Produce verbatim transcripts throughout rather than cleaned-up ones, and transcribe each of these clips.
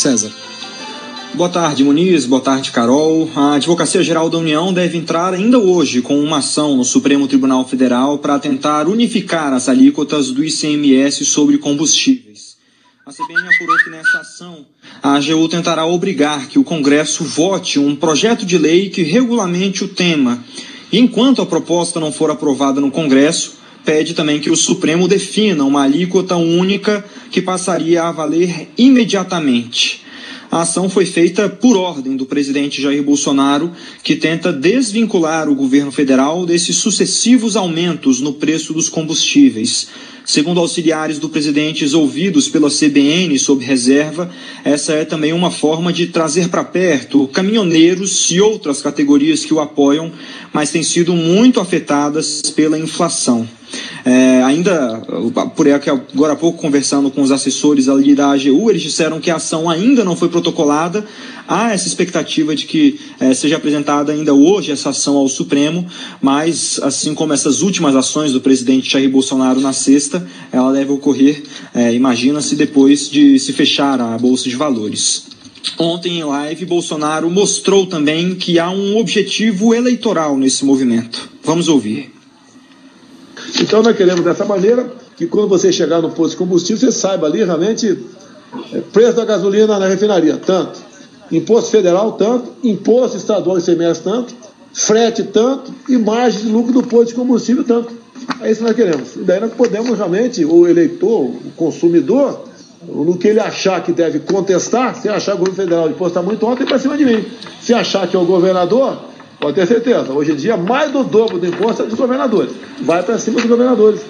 César. Boa tarde, Muniz. Boa tarde, Carol. A Advocacia Geral da União deve entrar ainda hoje com uma ação no Supremo Tribunal Federal para tentar unificar as alíquotas do I C M S sobre combustíveis. A C B N apurou que nessa ação a A G U tentará obrigar que o Congresso vote um projeto de lei que regulamente o tema. E enquanto a proposta não for aprovada no Congresso, pede também que o Supremo defina uma alíquota única que passaria a valer imediatamente. A ação foi feita por ordem do presidente Jair Bolsonaro, que tenta desvincular o governo federal desses sucessivos aumentos no preço dos combustíveis. Segundo auxiliares do presidente ouvidos pela C B N sob reserva, essa é também uma forma de trazer para perto caminhoneiros e outras categorias que o apoiam, mas têm sido muito afetadas pela inflação. É, ainda, por aqui, agora há pouco, conversando com os assessores ali da A G U, eles disseram que a ação ainda não foi protocolada. Há essa expectativa de que é, seja apresentada ainda hoje essa ação ao Supremo, mas, assim como essas últimas ações do presidente Jair Bolsonaro na sexta, ela deve ocorrer, é, imagina-se, depois de se fechar a Bolsa de Valores. Ontem, em live, Bolsonaro mostrou também que há um objetivo eleitoral nesse movimento. Vamos ouvir. Então nós queremos dessa maneira que quando você chegar no posto de combustível, você saiba ali realmente é, preço da gasolina na refinaria, tanto, imposto federal, tanto, imposto estadual I C M S, tanto, frete, tanto, e margem de lucro do posto de combustível, tanto. É isso que nós queremos. E daí nós podemos realmente, o eleitor, o consumidor, no que ele achar que deve contestar, se achar que o governo federal de imposto está muito alto, ele para cima de mim. Se achar que é o governador, pode ter certeza, hoje em dia mais do dobro do imposto é dos governadores. Vai para cima dos governadores.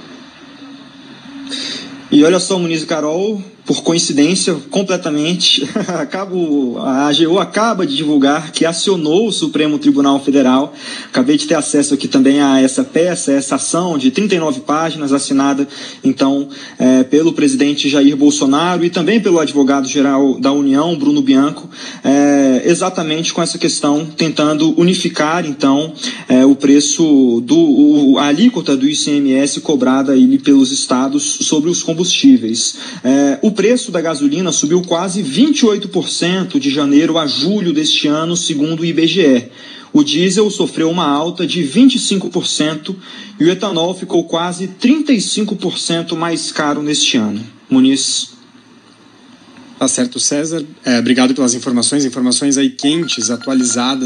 E olha só, Muniz e Carol, por coincidência, completamente, acabo, a A G U acaba de divulgar que acionou o Supremo Tribunal Federal. Acabei de ter acesso aqui também a essa peça, essa ação de trinta e nove páginas, assinada, então, é, pelo presidente Jair Bolsonaro e também pelo advogado-geral da União, Bruno Bianco, é, exatamente com essa questão, tentando unificar, então, é, o preço, do, o, a alíquota do I C M S cobrada aí pelos estados sobre os combustíveis. É, o preço da gasolina subiu quase vinte e oito por cento de janeiro a julho deste ano, segundo o I B G E. O diesel sofreu uma alta de vinte e cinco por cento e o etanol ficou quase trinta e cinco por cento mais caro neste ano. Muniz. Tá certo, César. É, obrigado pelas informações, informações aí quentes, atualizadas.